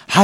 嗨，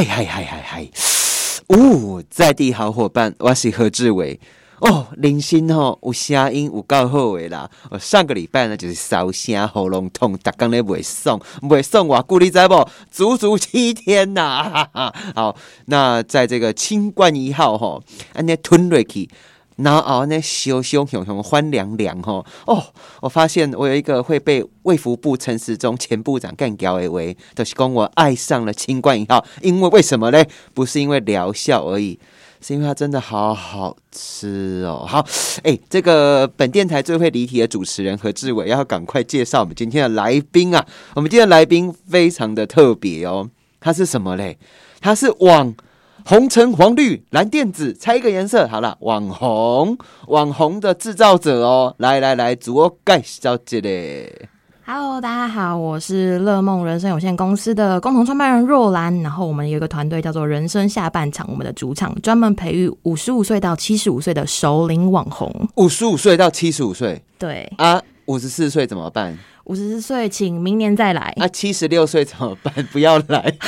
在地好伙伴，我是何志伟。铃声有声音有够好的啦！上个礼拜呢就是烧声喉咙痛，大家咧袂爽偌久你知不？足足7天呐！好，那在这个清冠1号安尼吞落去。然后呢，熊欢凉凉我发现我有一个会被卫福部陈时中前部长干掉的话，就是说我爱上了清冠1号，因为什么呢？不是因为疗效而已，是因为它真的好好吃哦。好，这个本电台最会离题的主持人何志伟要赶快介绍我们今天的来宾啊！我们今天的来宾非常的特别哦，他是什么嘞？他是红橙黄绿蓝靛紫，猜一个颜色好了。网红的制造者哦，来，自我介绍一下。 Hello， 大家好，我是乐梦人生有限公司的共同创办人若兰。然后我们有一个团队叫做人生下半场，我们的主场专门培育55岁到75岁的熟龄网红。 55岁到75岁， 对啊，54岁怎么办 ？54岁请明年再来。 76岁怎么办？不要来。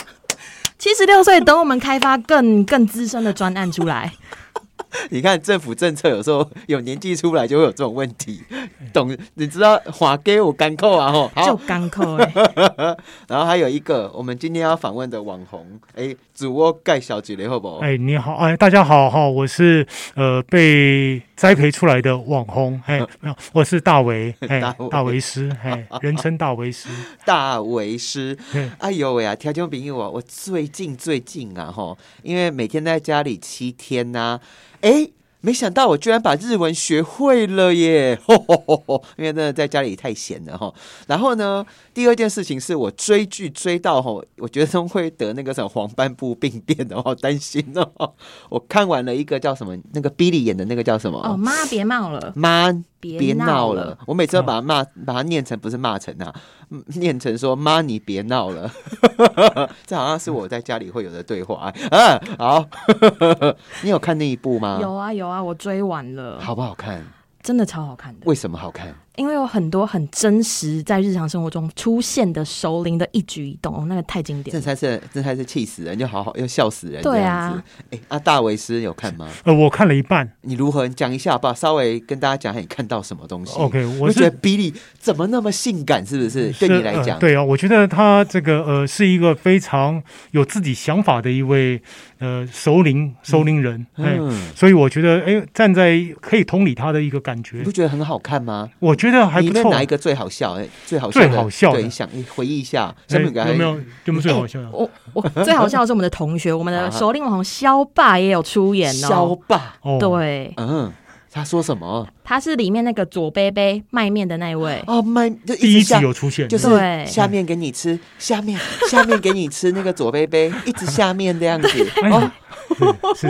76岁等我们开发更资深的专案出来。 你看政府政策有时候有年纪出来就会有这种问题，懂？你知道华给有甘扣啊就甘扣然后还有一个我们今天要访问的网红，自我介绍一下好不好？ 你好，大家好，我是被栽培出来的网红，我是大为，大为师，人称大为师， 大为师。哎呦喂啊，听众朋友啊，我最近啊因为每天在家里7天啊，没想到我居然把日文学会了耶！因为真的在家里太闲了然后呢，第二件事情是我追剧追到我觉得都会得那个什么黄斑部病变的，好担心我看完了一个叫什么，那个 Billy 演的那个叫什么？ 妈别闹了， 妈别闹了。我每次都把它念成不是骂成念成说妈你别闹了。这好像是我在家里会有的对话好。你有看那一部吗？ 有啊，我追完了。 好不好看？ 真的超好看的。 为什么好看？ 因为有很多很真实在日常生活中出现的熟龄的一举一动，那个太经典了， 这才是气死人，就好好又笑死人。 对啊， 大维斯有看吗？ 我看了一半。 你如何讲一下吧？稍微跟大家讲你看到什么东西。 OK， 我觉得比利怎么那么性感，是不是？对你来讲， 对啊，我觉得他这个是一个非常有自己想法的一位熟龄人，所以我觉得站在可以同理他的一个感觉。 你不觉得很好看吗？ 我觉得还不错。 里面哪一个最好笑？最好笑的，你回忆一下。 有没有最好笑的？ 我最好笑的是我们的同学，我们的熟龄网红肖爸也有出演哦。 肖爸， 对， 他说什么？ 他是里面那个左杯杯卖面的那一位第一集有出现， 就是下面给你吃，下面给你吃那个左杯杯，一直下面这样子。 是。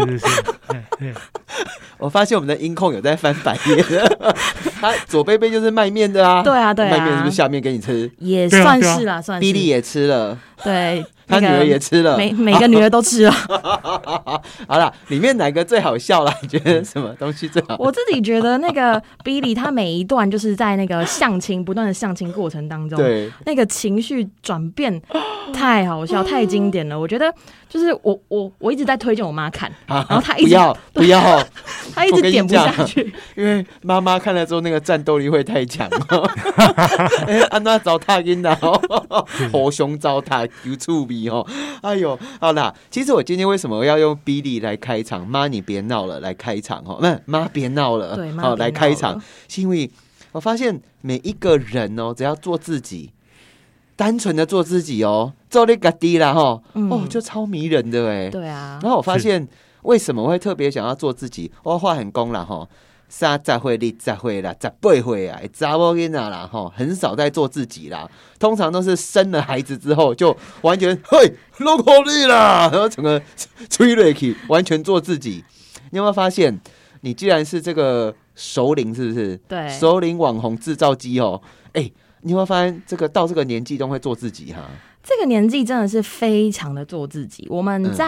我发现我们的音控有在翻白眼。他左杯杯就是卖面的啊， 对啊， 卖面是不是下面给你吃？ 也算是啦，算是。 比利也吃了， 对， 他女儿也吃了， 每个女儿都吃了。 好啦，里面哪个最好笑啦？你觉得什么东西最好？ 我自己觉得那个 Billy 他每一段就是在那个不断的相亲过程当中， 对， 那个情绪转变太好笑，太经典了。我觉得就是我一直在推荐我妈看，然后她一直不要， 她一直点不下去， 因为妈妈看了之后那个战斗力会太强。安娜糟蹋囡仔火熊糟蹋有趣味哎呦，好啦，其实我今天为什么要用 Billy 来开场？妈你别闹了来开场妈别闹了， 对， 来开场，是因为我发现每一个人只要做自己，单纯的做自己做你自己啦就超迷人的对啊。 然后我发现为什么会特别想要做自己，我话很公啦30岁、20岁啦、18岁啊，查某囡仔啦很少在做自己啦，通常都是生了孩子之后就完全弄好你啦，然后整个吹落去，完全做自己。你有没有发现，你既然是这个熟龄，是不是？ 对， 熟龄网红制造机你有没有发现这个到这个年纪都会做自己哈？ 这个年纪真的是非常的做自己。我们在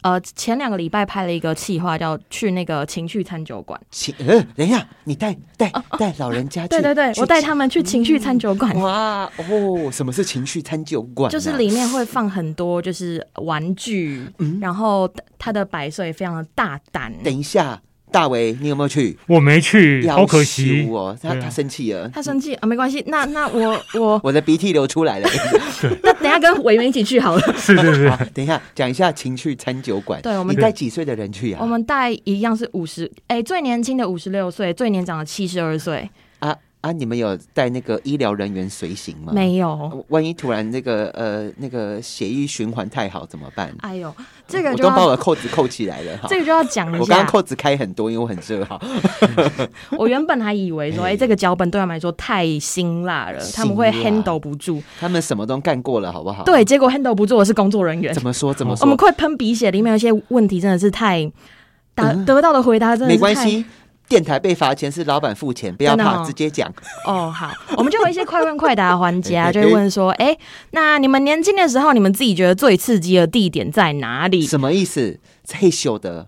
前2个礼拜拍了一个企划，叫去那个情趣餐酒馆。 等一下，你带老人家去？ 对，我带他们去情趣餐酒馆。 哇哦，什么是情趣餐酒馆？ 就是里面会放很多就是玩具，然后它的摆设也非常的大胆。 等一下。大为，你有没有去？ 我没去，好可惜哦。他生气了， 他生气啊，没关系。那我的鼻涕流出来了。 那等一下跟委员一起去好了。 是。 等一下讲一下情趣餐酒馆。 对，我们你带几岁的人去啊？ 我们带一样是最年轻的56岁，最年长的72岁。 你们有带那个医疗人员随行吗？ 没有。 万一突然那个血液循环太好怎么办？ 哎呦，这个我都把我的扣子扣起来了。 这个就要讲一下。 我刚刚扣子开很多，因为我很热哈。 我原本还以为说，这个脚本对他们来说太辛辣了，他们会 handle 不住。 他们什么都干过了，好不好？ 对，结果 handle 不住的是工作人员。 怎么说？ 我们快喷鼻血，里面有一些问题真的是太得到的回答真的是太。 没关系。电台被罚钱是老板付钱，不要怕，直接讲。 好，我们就有一些快问快答环节啊，就会问说，那你们年轻的时候，你们自己觉得最刺激的地点在哪里？ 什么意思？害羞的。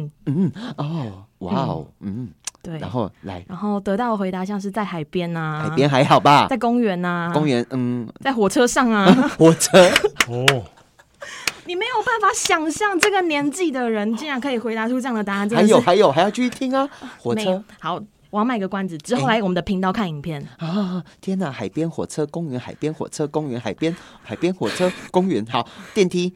哇哦， 对。 然后得到的回答像是在海边啊， 海边还好吧？ 在公园啊，在火车上啊， 火车你没有办法想象这个年纪的人竟然可以回答出这样的答案。 还有还要继续听啊！火车好，我要卖个关子，之后来我们的频道看影片啊！天哪，海边火车公园，海边火车公园，海边火车公园。好，电梯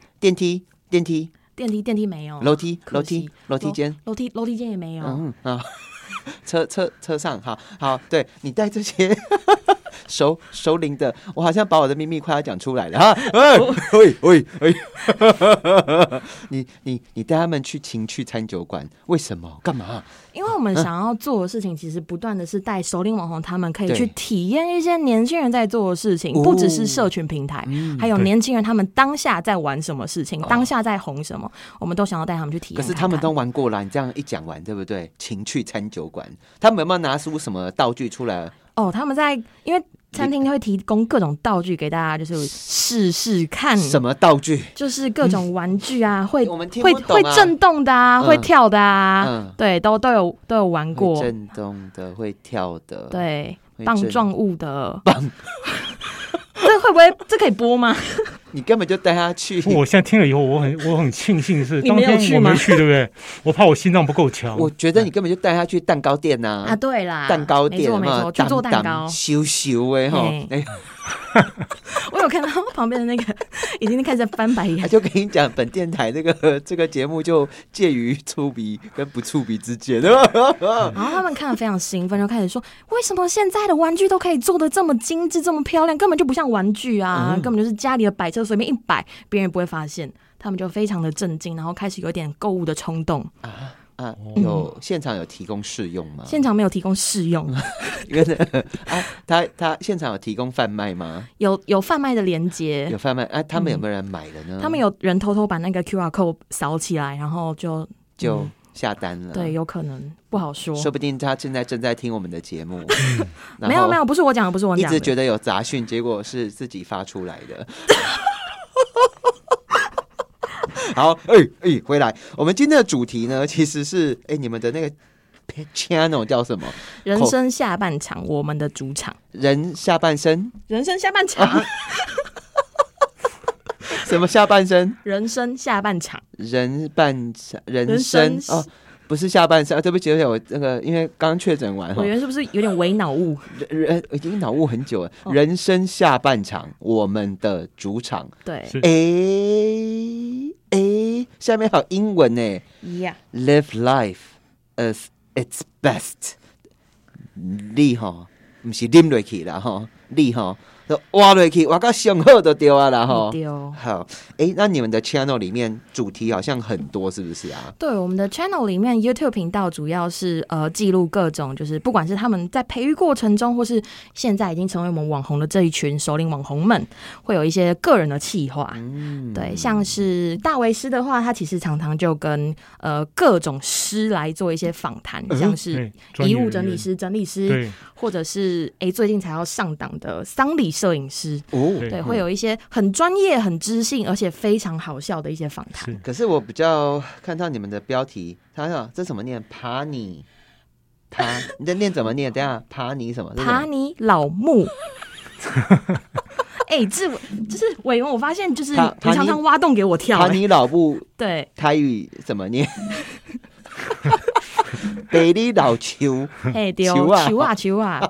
没有， 楼梯间， 楼梯间也没有。 车上好，对你带这些熟龄的，我好像把我的秘密快要讲出来了哈！你带他们去情趣餐酒馆，为什么？干嘛？ 因为我们想要做的事情，其实不断的是带熟龄网红他们可以去体验一些年轻人在做的事情，不只是社群平台，还有年轻人他们当下在玩什么事情，当下在红什么，我们都想要带他们去体验看看。 可是他们都玩过了，你这样一讲完，对不对？情趣餐酒馆，他们有没有拿出什么道具出来？ 他们因为餐厅会提供各种道具给大家，就是试看。 什么道具？ 就是各种玩具啊，会震动的啊，会跳的啊，对，都有玩过。 震动的，会跳的， 对，棒状物的。这会不会这可以播吗？ 你根本就带他去。 我现在听了以后，我很庆幸是当天我没去，对不对？我怕我心脏不够强。 我觉得你根本就带他去蛋糕店啊！ 对啦， 蛋糕店没错，去做蛋糕， 羞我有看到旁边的那个已经开始翻白眼。 就跟你讲，本电台这个节目就介于粗鄙跟不粗鄙之间。然后他们看得非常兴奋，就开始说：为什么现在的玩具都可以做得这么精致、这么漂亮？根本就不像玩具啊，根本就是家里的摆设，随便一摆，别人也不会发现。他们就非常的震惊，然后开始有点购物的冲动。 现场有提供试用吗？ 现场没有提供试用。 他现场有提供贩卖吗？ 有贩卖的连结， 有贩卖他们有没有人买了呢？ 他们有人偷偷把那个 QR code 扫起来，然后就下单了。 对，有可能不好说， 说不定他现在正在听我们的节目。 没有，不是我讲的， 一直觉得有杂讯，结果是自己发出来的。好，回来，我们今天的主题呢，其实是你们的那个 channel 叫什么？ 人生下半场，我们的主场。 人下半身？ 人生下半场？ 什么下半身？ 人生下半场？ 人生哦。不是下半身，对不起，我那个因为刚确诊完， 委员是不是有点微脑雾？ 已经脑雾很久了。人生下半场，我们的主场。 对， 下面还有英文呢。Live life as its best。你哈，不是啉落去啦哈，你哈。挖下去，挖到上好就对啊啦哈。好，那你们的 channel 里面主题好像很多，是不是啊？ 对，我们的 channel 里面 YouTube 频道主要是记录各种，就是不管是他们在培育过程中，或是现在已经成为我们网红的这一群首领网红们，会有一些个人的企划。对，像是大为师的话，他其实常常就跟各种师来做一些访谈，像是遗物整理师、或者是最近才要上档的丧礼摄影师，对，会有一些很专业、很知性，而且非常好笑的一些访谈。 可是我比较看到你们的标题，他说这怎么念？爬你念怎么念？等一下爬你什么？ 爬你老木。就是伟文，我发现就是你常常挖洞给我跳。 爬你老木， 对， 台语怎么念？北里老球， 球啊！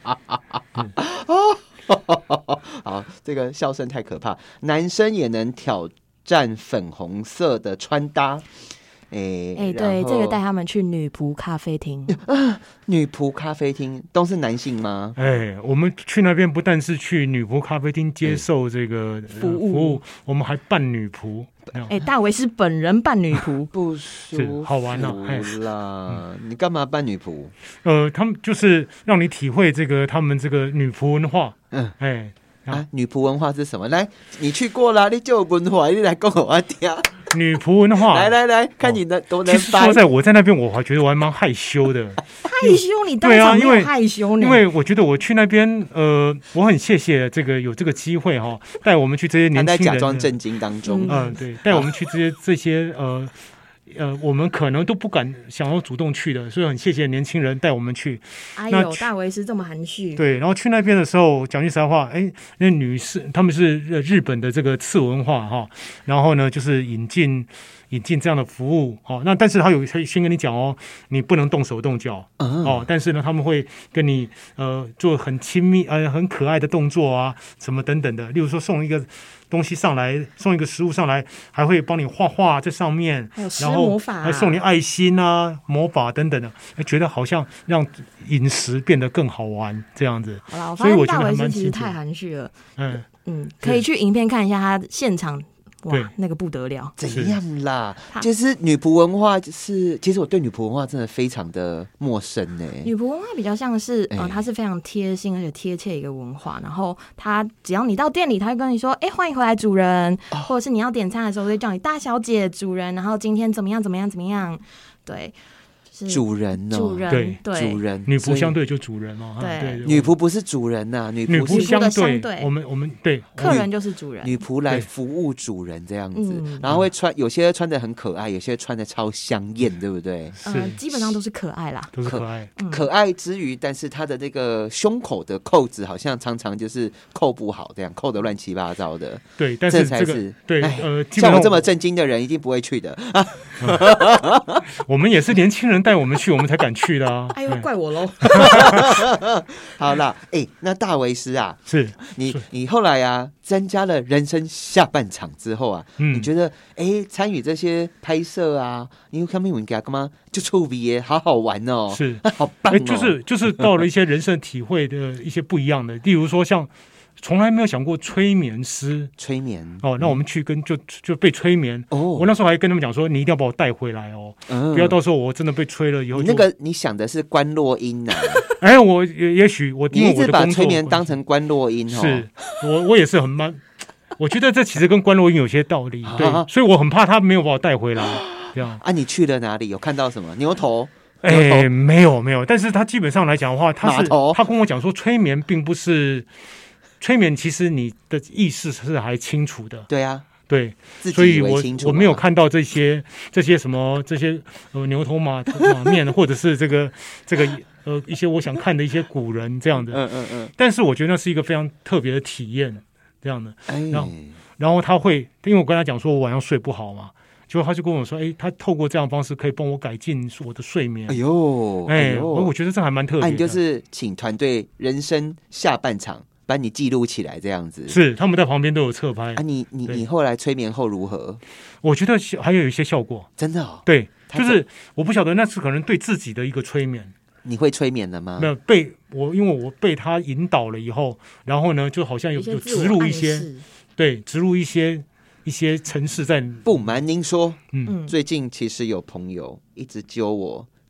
好，这个笑声太可怕。男生也能挑战粉红色的穿搭。 对，这个带他们去女仆咖啡厅。 女仆咖啡厅都是男性吗？ 我们去那边不但是去女仆咖啡厅接受这个服务，我们还扮女仆。 大维是本人扮女仆， 不舒服， 好玩啦！你干嘛扮女仆？ 他们就是让你体会这个他们这个女仆文化。 女仆文化是什么？来，你去过啦，你就有文化，你来跟我听。 女仆文化， 来，看你的多能掰。 其实说在我在那边，我还觉得我还蛮害羞的。 害羞？你当场没有害羞呢？ 因为我觉得我去那边，我很谢谢这个有这个机会哈，带我们去这些年轻人。 他在假装震惊当中， 对，带我们去这些我们可能都不敢想要主动去的，所以很谢谢年轻人带我们去。 大维是这么含蓄。 对，然后去那边的时候，讲句实在话，那女士他们是日本的这个次文化哈，然后呢就是引进这样的服务那但是他有先跟你讲你不能动手动脚但是呢他们会跟你做很亲密很可爱的动作啊什么等等的，例如说送一个东西上来，送一个食物上来，还会帮你画画在上面， 还有施魔法， 还送你爱心啊、魔法等等的，觉得好像让饮食变得更好玩这样子。 好了，我发现大维斯其实太含蓄了。可以去影片看一下他现场。哇，那个不得了！ 怎样啦？就是女仆文化，其实我对女仆文化真的非常的陌生呢。 女仆文化比较像是，它是非常贴心而且贴切一个文化。然后它只要你到店里，他会跟你说，欢迎回来主人，或者是你要点餐的时候会叫你大小姐、主人，然后今天怎么样怎么样怎么样，对。 主人对， 主人， 女仆相对就主人对， 女仆不是主人呐，女仆相对，我们对， 客人就是主人， 女仆来服务主人这样子，然后会有些穿的很可爱，有些穿的超香艳，对不对？ 基本上都是可爱啦， 都是可爱， 可爱之余，但是她的那个胸口的扣子好像常常就是扣不好，这样扣得乱七八糟的。 对，但是这才是对， 像我这么震惊的人一定不会去的。 我们也是年轻人带我们去，我们才敢去的啊！ 怪我喽。 好啦，那大维斯啊， 是你后来啊，增加了人生下半场之后啊，你觉得参与这些拍摄啊，你有看没有干嘛就臭逼耶，好好玩哦， 是好棒哦， 就是到了一些人生体会的一些不一样的，例如说像。从来没有想过催眠师那我们去就被催眠我那时候还跟他们讲说，你一定要把我带回来不要到时候我真的被催了以后。 你想的是关洛音啊？ 我也许你一直把催眠当成关洛音是我也是很慢。我觉得这其实跟关洛音有些道理，对，所以我很怕他没有把我带回来。这样你去了哪里？有看到什么牛头？ 没有，但是他基本上来讲的话，他跟我讲说，催眠并不是。催眠其实你的意识是还清楚的， 对啊， 对，所以我没有看到这些什么这些牛头马面，或者是这个一些我想看的一些古人这样的，但是我觉得那是一个非常特别的体验，这样的，然后他会，因为我跟他讲说我晚上睡不好嘛。结果他就跟我说，他透过这样的方式可以帮我改进我的睡眠。我觉得这还蛮特别的。 你就是请团队人生下半场。把你记录起来，这样子是他们在旁边都有侧拍你后来催眠后如何？ 我觉得还有一些效果， 真的对，就是我不晓得那是可能对自己的一个催眠。 你会催眠了吗？ 没有因为我被他引导了以后，然后呢就好像有植入一些，对，植入一些程式在。 不瞒您说，最近其实有朋友一直揪我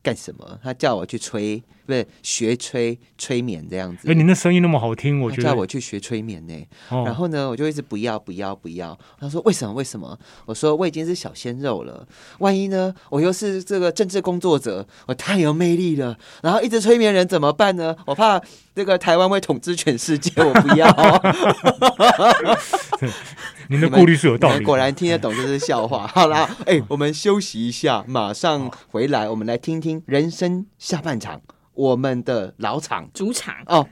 干什么？他叫我去不是学催眠这样子。 你那声音那么好听，我觉得叫我去学催眠呢。然后呢，我就一直不要。他说为什么？我说我已经是小鲜肉了，万一呢，我又是这个政治工作者，我太有魅力了，然后一直催眠人怎么办呢？我怕这个台湾会统治全世界，我不要。 您的顾虑是有道理的， 果然听得懂这是笑话。好啦，我们休息一下，马上回来，我们来听听人生下半场。我们的老厂主场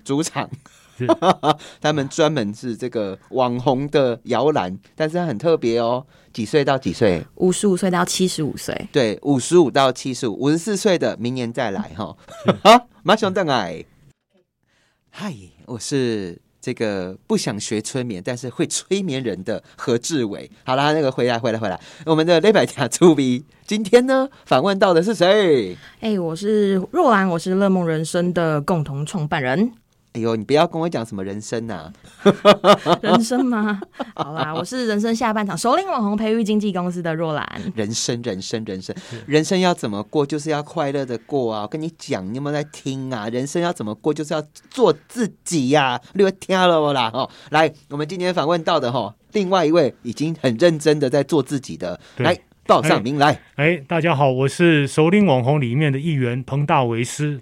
他们专门是这个网红的摇篮，但是它很特别哦。几岁到几岁 ？55岁到75岁。 对，55到75，54岁的明年再来哈。好，马上等来。嗨，我是这个不想学催眠，但是会催眠人的何志伟。好啦，那个回来，我们的雷百家出逼。今天呢，访问到的是谁？ 我是若兰，我是乐梦人生的共同创办人。 哎呦，你不要跟我讲什么人生啊。 人生吗？好啦，我是人生下半场首领网红培育经纪公司的若兰。 人生要怎么过，就是要快乐的过啊！我跟你讲，你有没有在听啊？人生要怎么过，就是要做自己呀！你有听了啦？来，我们今天访问到的另外一位已经很认真的在做自己的，来报上名来。 大家好，我是首领网红里面的一员彭大维斯。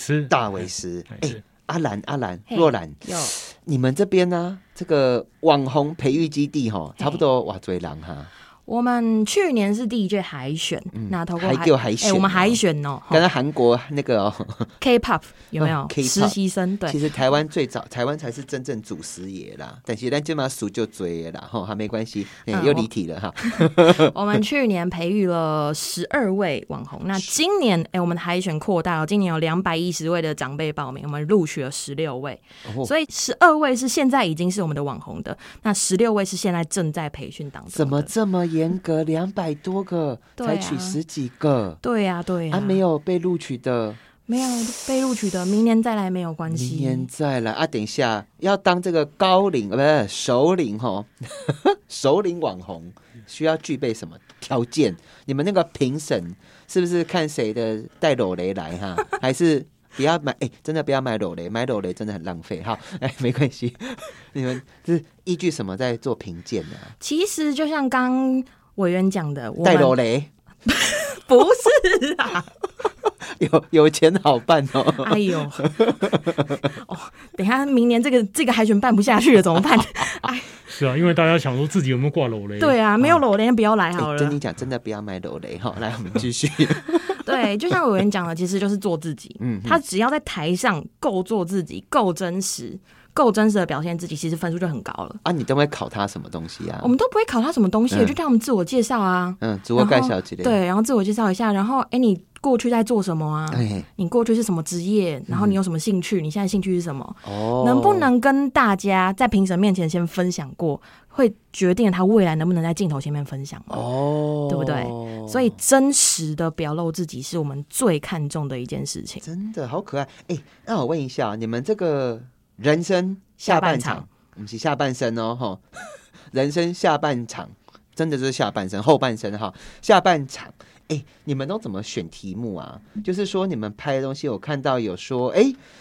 阿兰、若兰，你们这边呢？这个网红培育基地差不多多少人哈？ 我们去年是第一届海选，那透过海选， 我们海选哦， 刚才韩国那个 K-pop 有没有实习生？对， 其实台湾最早，台湾才是真正祖师爷啦，但是咱这嘛数就追啦，还没关系，又离题了哈。 我们去年培育了12位网红，那今年我们的海选扩大了，今年有210位的长辈报名，我们录取了16位，所以12位是现在已经是我们的网红的，那16位是现在正在培训当中的。 怎么这么严格？200多个才取10几个？ 对啊， 没有被录取的。 没有被录取的，明年再来没有关系。 明年再来啊！等一下要当这个首领首领网红需要具备什么条件？你们那个评审是不是看谁的带裸雷来哈？还是不要买？真的不要买裸雷，买裸雷真的很浪费。好，没关系。你们是依据什么在做评鉴呢？ 其实就像刚委员讲的， 带裸雷不是啊。 有钱好办哦！ 哎呦，等一下明年这个海选办不下去了怎么办？ 是啊，因为大家想说自己有没有挂裸雷？ 对啊，没有裸雷不要来好了。 跟你讲，真的不要买裸雷哈。来，我们继续。 对，就像委员讲的，其实就是做自己。他只要在台上够做自己，够真实的表现自己，其实分数就很高了。 啊，你都会考他什么东西啊？ 我们都不会考他什么东西，就叫他们自我介绍啊。 自我介绍之类的。 对，然后自我介绍一下，然后你过去在做什么啊？你过去是什么职业？然后你有什么兴趣？你现在兴趣是什么？能不能跟大家在评审面前先分享过，会决定他未来能不能在镜头前面分享嘛？对不对？所以真实的表露自己是我们最看重的一件事情。 真的好可爱。那我问一下，你们这个人生下半场，不是下半身哦，人生下半场真的是下半身，后半身哈，下半场。你们都怎么选题目啊？就是说你们拍的东西，我看到有说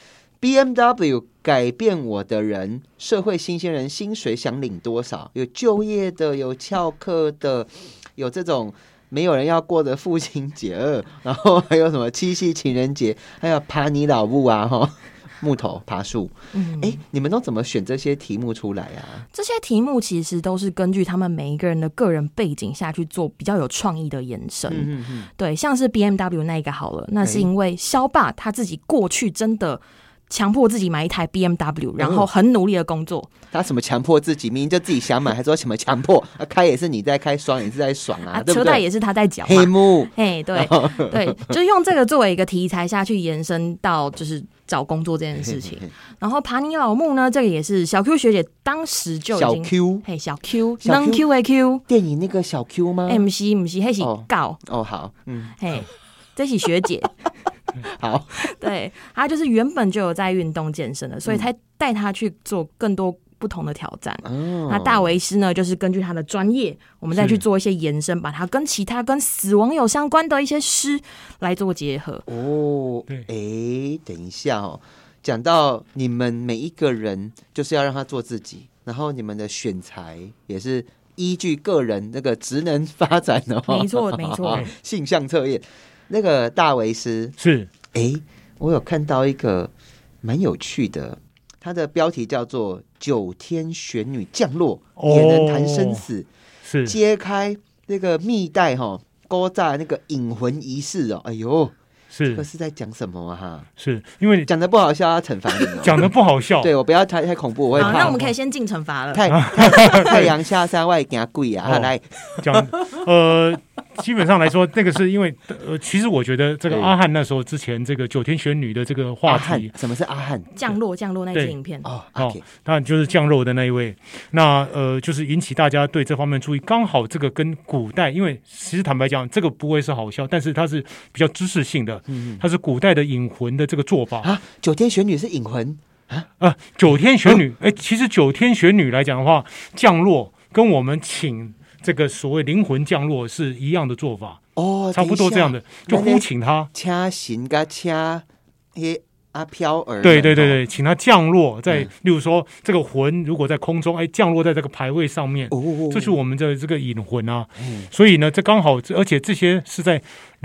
，BMW 改变我的人，社会新鲜人薪水想领多少？有就业的，有翘课的，有这种没有人要过的父亲节2，然后还有什么七夕情人节，还有爬你老母啊木头爬树，你们都怎么选这些题目出来啊？ 这些题目其实都是根据他们每一个人的个人背景下去做比较有创意的延伸。对，像是 BMW 那一个好了，那是因为肖爸他自己过去真的强迫自己买一台 BMW， 然后很努力的工作。 他什么强迫自己？明明就自己想买，还说什么强迫？开也是你在开，爽也是在爽啊，对不对？ 车贷也是他在缴。 黑幕， 对对，就用这个作为一个题材下去延伸到就是找工作这件事情。然后爬你老木呢，这个也是小 Q 学姐当时就已经小 Q 能 Q 的 Q 电影那个小 Q 吗？ 不是，那是告好， 这是学姐。 好， 对，他就是原本就有在运动健身的，所以他带他去做更多不同的挑战。 哦， 那大为师呢，就是根据他的专业，我们再去做一些延伸，把它跟其他跟死亡有相关的一些诗来做结合。 哦， 对， 等一下哦，讲到你们每一个人就是要让他做自己，然后你们的选材也是依据个人那个职能发展的哦， 没错没错， 性向测验。那个大为师是， 我有看到一个蛮有趣的，它的标题叫做“九天玄女降落，也能谈生死”， 是揭开那个密带勾诈那个引魂仪式哦。哎呦，这个是在讲什么啊？ 是因为讲的不好笑要惩罚你哦， 讲的不好笑， 对我不要太恐怖，我会好， 怕。 那我们可以先进惩罚了。 太阳下山外惊鬼啊！来讲基本上来说，那个是因为其实我觉得这个阿汉那时候之前这个九天玄女的这个话题， 什么是阿汉？ 降落那支影片哦， 当然就是降肉的那一位。那就是引起大家对这方面注意。刚好这个跟古代，因为其实坦白讲，这个不会是好笑，但是它是比较知识性的，它是古代的引魂的这个做法啊。九天玄女是引魂九天玄女，其实九天玄女来讲的话，降落跟我们请这个所谓灵魂降落是一样的做法哦， 差不多这样的，就呼请他， 掐神跟掐阿飘儿， 对，请他降落在，例如说这个魂如果在空中，降落在这个牌位上面，这是我们的这个引魂啊。所以呢，这刚好，而且这些是在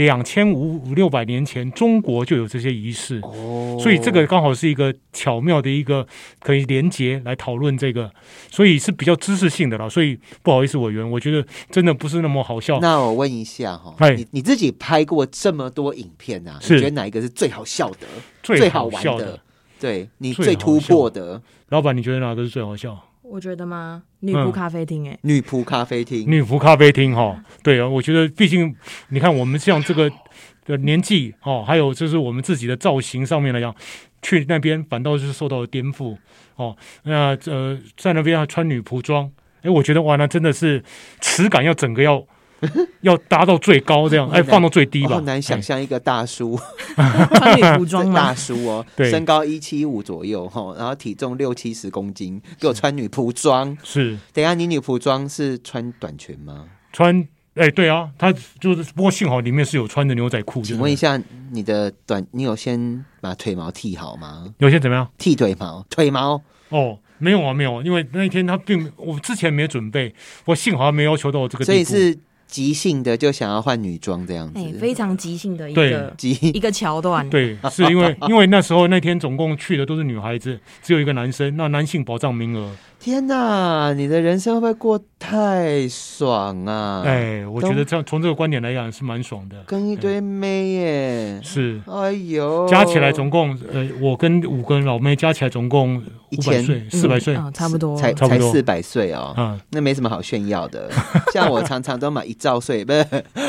2500-600年前中国就有这些仪式，所以这个刚好是一个巧妙的一个可以连结来讨论这个，所以是比较知识性的啦。所以不好意思，委员，我觉得真的不是那么好笑。 那我问一下你自己拍过这么多影片啊，你觉得哪一个是最好笑的？最好玩的，对你最突破的， 老板，你觉得哪个是最好笑？ 我觉得吗？女仆咖啡厅， 女仆咖啡厅， 对啊，我觉得毕竟你看我们像这个的年纪还有就是我们自己的造型上面来讲，去那边反倒是受到了颠覆那在那边要穿女仆装，我觉得哇，那真的是耻感要整个要达到最高这样，放到最低吧。 好难想象一个大叔穿女仆装吗？ 大叔身高175左右然后体重60-70公斤，给我穿女仆装。 是， 等一下你女仆装是穿短裙吗？ 穿，对啊，他就是，不过幸好里面是有穿的牛仔裤。 请问一下，你有先把腿毛剃好吗？ 有些怎么样？ 剃腿毛？ 没有啊，因为那一天我之前没准备，我幸好没要求到我这个地步， 所以是即兴的就想要换女装这样子， 非常即兴的一个桥段。 对，是因为那时候那天总共去的都是女孩子，只有一个男生，那男性保障名额。 天哪，你的人生会不会过太爽啊？ 我觉得从这个观点来讲是蛮爽的， 跟一堆妹耶。 是， 哎呦， 加起来总共我跟5个老妹加起来总共500岁400岁， 差不多， 才400岁哦。那没什么好炫耀的。像我常常都买1兆岁，不是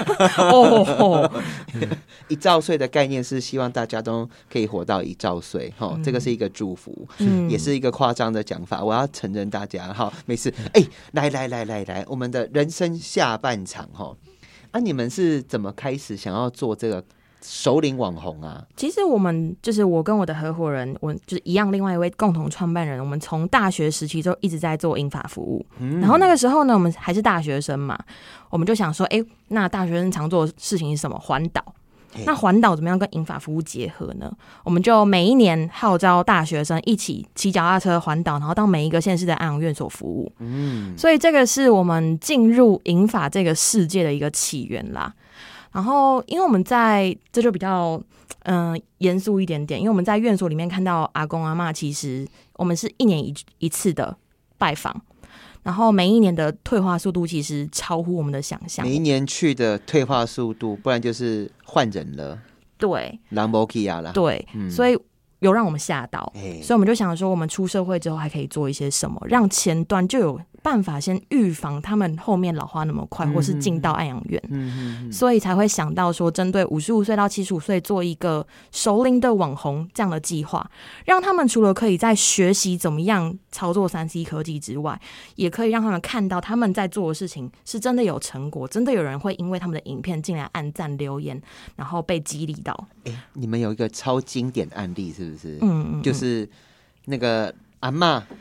1兆岁的概念是希望大家都可以活到1兆岁这个是一个祝福，也是一个夸张的讲法，我要承认大家好，没事。来，我们的人生下半场你们是怎么开始想要做这个首领网红啊？ 其实我们就是我跟我的合伙人，我就是一样，另外一位共同创办人，我们从大学时期就一直在做银发服务。然后那个时候呢，我们还是大学生嘛，我们就想说，那大学生常做的事情是什么？环岛。那环岛怎么样跟银发服务结合呢？我们就每一年号召大学生一起骑脚踏车环岛，然后到每一个县市的安养院所服务。所以这个是我们进入银发这个世界的一个起源啦。然后因为我们这就比较严肃一点点，因为我们在院所里面看到阿公阿嬷，其实我们是1年一次的拜访。然后每一年的退化速度其实超乎我们的想象， 每一年去的退化速度，不然就是换人了， 对， 人没去啊啦， 对，所以有让我们吓到，所以我们就想说，我们出社会之后还可以做一些什么，让前端就有办法先预防他们后面老化那么快，或是进到安养院，所以才会想到说，针对55岁到75岁做一个熟龄的网红这样的计划，让他们除了可以在学习怎么样操作3C 科技之外，也可以让他们看到他们在做的事情是真的有成果，真的有人会因为他们的影片进来按赞留言，然后被激励到。 你们有一个超经典案例是不是？就是那个阿嬷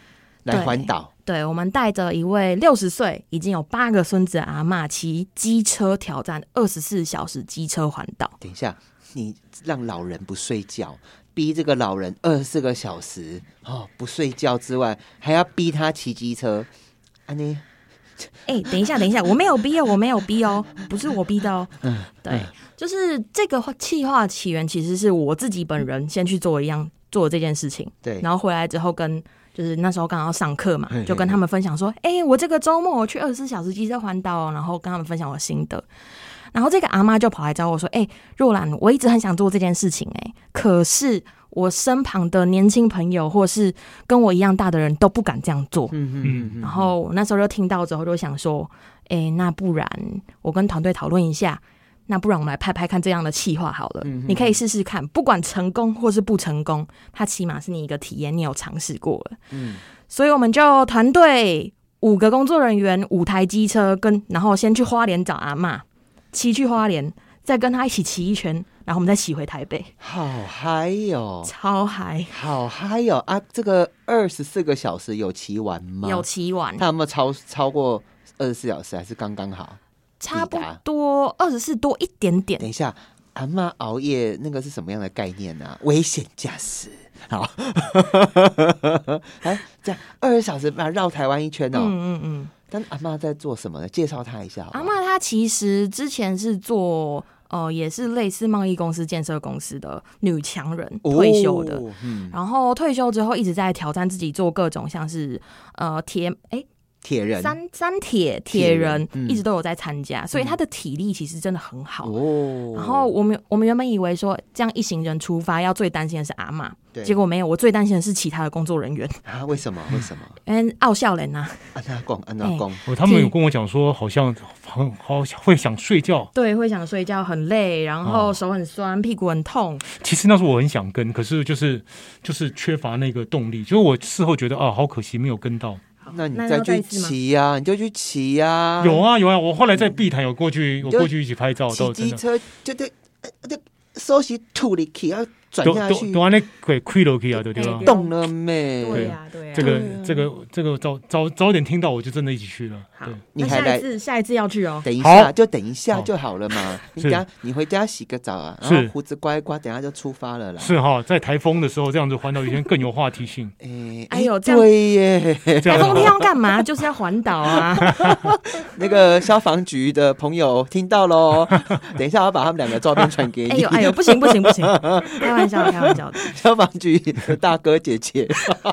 来环岛。 对，我们带着一位60岁已经有8个孙子的阿嬷骑机车挑战24小时机车环岛。 等一下，你让老人不睡觉，逼这个老人24个小时不睡觉之外，还要逼他骑机车，你等一下，我没有逼哦，不是我逼的哦。对，就是这个企划起源其实是我自己本人先去做这件事情， 对， 然后回来之后就是那时候刚好上课嘛，就跟他们分享说，我这个周末我去24小时机车环岛，然后跟他们分享我的心得。然后这个阿嬷就跑来找我说，若兰，我一直很想做这件事情，可是我身旁的年轻朋友或是跟我一样大的人都不敢这样做。然后我那时候就听到之后就想说，那不然我跟团队讨论一下，那不然我们来拍拍看这样的企划好了。你可以试试看，不管成功或是不成功，它起码是你一个体验，你有尝试过了。所以我们就团队5个工作人员5台机车然后先去花莲找阿嬷，骑去花莲，再跟他一起骑一圈，然后我们再骑回台北。 好嗨哦， 超嗨， 好嗨哦啊！这个24个小时有骑完吗？ 有骑完。 他有没有超过24小时，还是刚刚好？ 差不多24多一点点。 等一下，阿嬷熬夜那个是什么样的概念啊？危险驾驶。好，这样20小时把绕台湾一圈哦。但阿嬷在做什么呢？介绍她一下好不好。 阿嬷她其实之前是做也是类似贸易公司、建设公司的女强人，退休的。然后退休之后一直在挑战自己，做各种像是铁人、 三铁人一直都有在参加，所以他的体力其实真的很好。然后我们原本以为说这样一行人出发要最担心的是阿嬷，结果没有，我最担心的是其他的工作人员啊。为什么？ 因为傲笑人啊， 安娜讲， 他们有跟我讲说，好像会想睡觉， 对，会想睡觉，很累，然后手很酸，屁股很痛。 其实那时候我很想跟，可是就是缺乏那个动力，就是我事后觉得好可惜没有跟到。 那你再去骑呀，你就去骑呀。 有啊，我后来在碧潭有过去一起拍照， 骑机车就收起吐力气，要转下去， 都那可以亏了去啊，对吧？ 动了没？ 对呀。 这个早点听到，我就真的一起去了。 好，你下一次要去哦。 等一下就好了嘛。你回家洗个澡啊，然后胡子刮一刮，等一下就出发了啦。 是哈，在台风的时候这样子环岛以前更有话题性。 对耶， 台风天要干嘛？就是要环岛啊。 那个消防局的朋友听到喽，等一下我要把他们2个照片传给你。 哎呦，不行，开玩笑的。 消防局的大哥姐姐，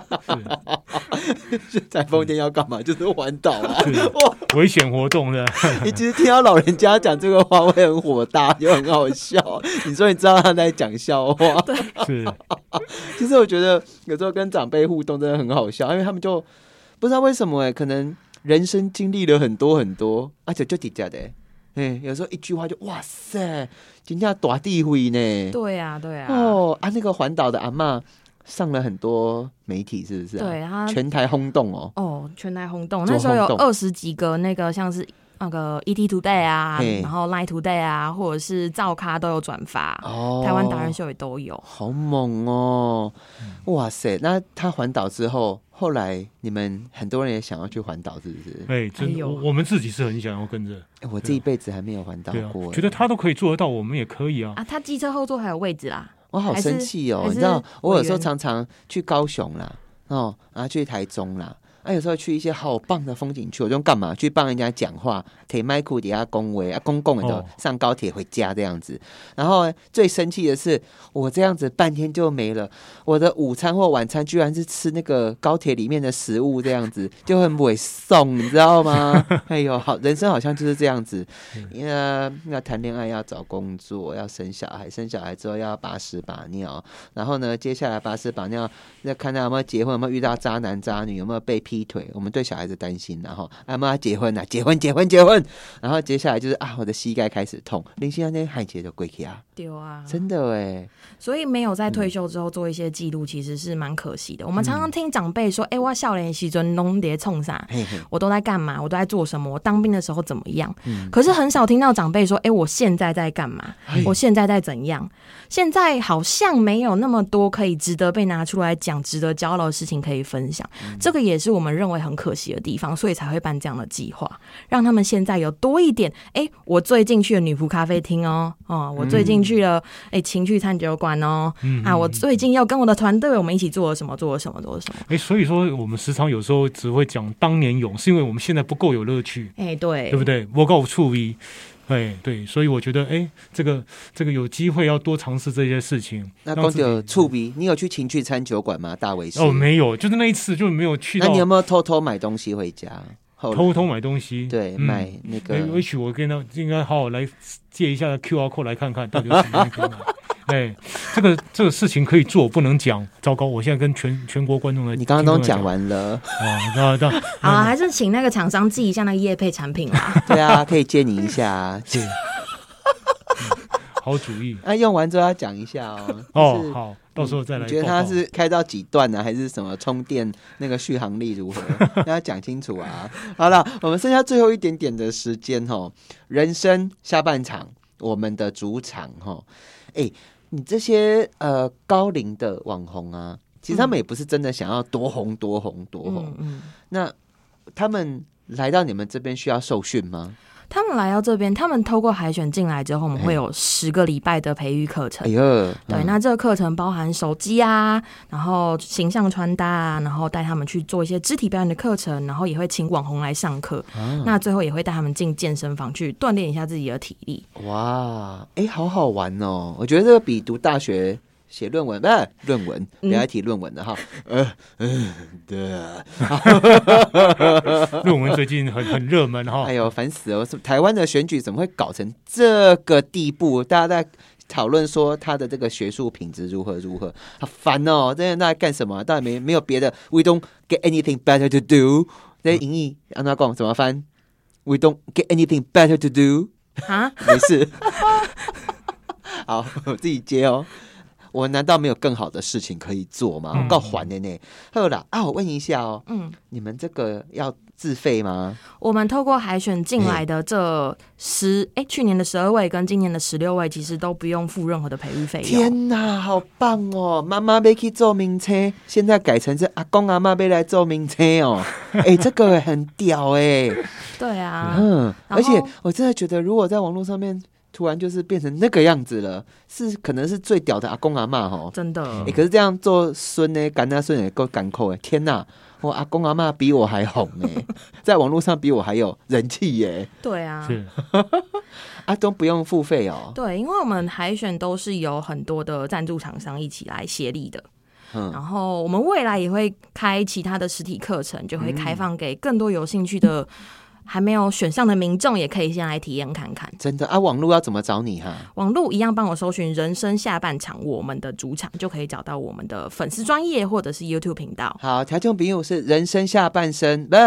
台风天要干嘛？就是环岛啊， 危险活动的。 你其实听到老人家讲这个话会很火大，又很好笑。你说你知道他在讲笑话， 是。 其实我觉得有时候跟长辈互动真的很好笑，因为他们就不知道为什么可能人生经历了很多很多，而且就底下的。有时候一句话就哇塞，真的大地位呢。 对啊。 那个环岛的阿嬷上了很多媒体，是不是？ 对，他全台轰动全台轰动。那时候有20几个那个像是那个 ET Today 啊，然后 Line Today 啊，或者是造咖都有转发，台湾达人秀也都有。 好猛哦！哇塞，那他环岛之后。后来你们很多人也想要去环岛，是不是？ 真的，我们自己是很想要跟着。 我这一辈子还没有环岛过， 觉得他都可以做得到，我们也可以啊。 他机车后座还有位置啦。 我好生气哦！你知道，我有时候常常去高雄啦，然后去台中啦。有时候去一些好棒的风景区，我就干嘛去帮人家讲话，提麦克底下恭维公共的上高铁回家这样子。然后最生气的是，我这样子半天就没了，我的午餐或晚餐居然是吃那个高铁里面的食物，这样子就很猥琐，你知道吗？好，人生好像就是这样子，因为要谈恋爱，要找工作，要生小孩，生小孩之后要把屎把尿，然后呢，接下来把屎把尿，要看他有没有结婚，有没有遇到渣男渣女，有没有被劈腿，我们对小孩子担心，然后妈结婚啊，结婚，然后接下来就是我的膝盖开始痛，林心安那海节就跪起啊， 对啊， 真的哎， 所以没有在退休之后做一些记录，其实是蛮可惜的。我们常常听长辈说，我少年时阵拢在冲啥，我都在干嘛，我都在做什么，我当兵的时候怎么样，可是很少听到长辈说，我现在在干嘛，我现在在怎样。现在好像没有那么多可以值得被拿出来讲、值得骄傲的事情可以分享，这个也是我们认为很可惜的地方，所以才会办这样的计划，让他们现在有多一点。我最近去了女仆咖啡厅哦，我最近去了情趣餐酒馆哦，我最近要跟我的团队我们一起做了什么。 所以说我们时常有时候只会讲当年勇，是因为我们现在不够有乐趣，对不对？不够触意。对，所以我觉得，这个有机会要多尝试这些事情。 那公有触鼻，你有去情趣餐酒馆吗？大卫士？ 没有，就是那一次就没有去到。 那你有没有偷偷买东西回家？ 偷偷买东西？ 对，买那个。 也许我跟他应该好好来借一下 QR code 来看看，到底有什么可以买。这个事情可以做，不能讲。糟糕，我现在跟全国观众的， 你刚刚都讲完了。 好，还是请那个厂商寄一下那个业配产品啦。 对啊，可以借你一下。 对，好主意。 用完之后要讲一下哦。 好，到时候再来。 你觉得它是开到几段呢？还是什么充电那个续航力如何？要讲清楚啊。好了，我们剩下最后一点点的时间人生下半场，我们的主场你这些高龄的网红啊，其实他们也不是真的想要多红。那他们来到你们这边需要受训吗？ 他们来到这边，他们透过海选进来之后，我们会有10个礼拜的培育课程。对，那这个课程包含手机啊，然后形象穿搭啊，然后带他们去做一些肢体表演的课程，然后也会请网红来上课。那最后也会带他们进健身房去锻炼一下自己的体力。 哇，好好玩哦！我觉得这个比读大学写论文，不要再提论文了哈。对啊， 论文最近很热门哈。 哎呦，烦死了！台湾的选举怎么会搞成这个地步？大家在讨论说他的这个学术品质如何，好烦哦！这那在干什么？到底没有别的 ？We don't get anything better to do。这英译按他讲怎么翻 ？We don't get anything better to do。没事。好，我自己接哦。我难道没有更好的事情可以做吗？我够还的呢。好啦，我问一下你们这个要自费吗？ 我们透过海选进来的这去年的12位跟今年的16位，其实都不用付任何的培育费用。 天哪，好棒哦！妈妈要去做名车，现在改成是阿公阿嬷要来做名车哦。这个很屌对啊， 而且我真的觉得，如果在网络上面突然就是变成那个样子了，可能是最屌的阿公阿嬷真的。 可是这样做孙呢，干那孙也够干扣天哪！我阿公阿嬷比我还红在网络上比我还有人气对啊， 是都不用付费哦。 对，因为我们海选都是有很多的赞助厂商一起来协力的。然后我们未来也会开其他的实体课程，就会开放给更多有兴趣的还没有选上的民众，也可以先来体验看看。 真的网络要怎么找你哈？ 网络一样帮我搜寻人生下半场我们的主场，就可以找到我们的粉丝专页或者是 YouTube 频道。 好，条件朋友是人生下半身，不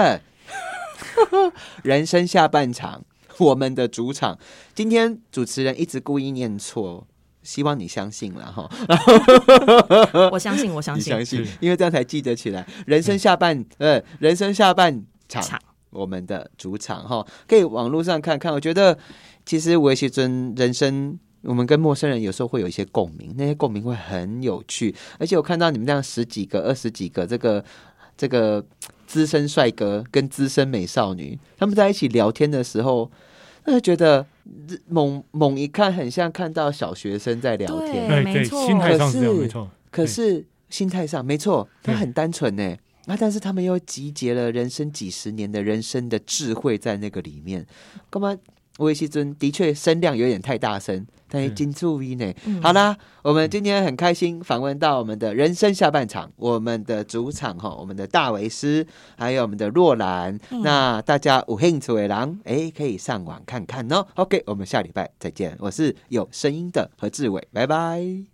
人生下半场我们的主场。今天主持人一直故意念错，希望你相信啦哈。 我相信， 你相信，因为这样才记得起来。人生下半场我们的主场哈，可以网络上看看。我觉得其实我有些人生，我们跟陌生人有时候会有一些共鸣，那些共鸣会很有趣。而且我看到你们这样10几个、20几个这个资深帅哥跟资深美少女，他们在一起聊天的时候，就觉得猛一看，很像看到小学生在聊天。 对，没错， 心态上是这样，没错。 可是心态上没错，他很单纯呢。但是他们又集结了人生几十年的人生的智慧在那个里面。干嘛？我也是的确声量有点太大声，但是金注意呢。好啦，我们今天很开心访问到我们的人生下半场，我们的主场我们的大维师，还有我们的若兰。那大家有兴趣的人可以上网看看哦。OK， 我们下礼拜再见。我是有声音的何志伟，拜拜。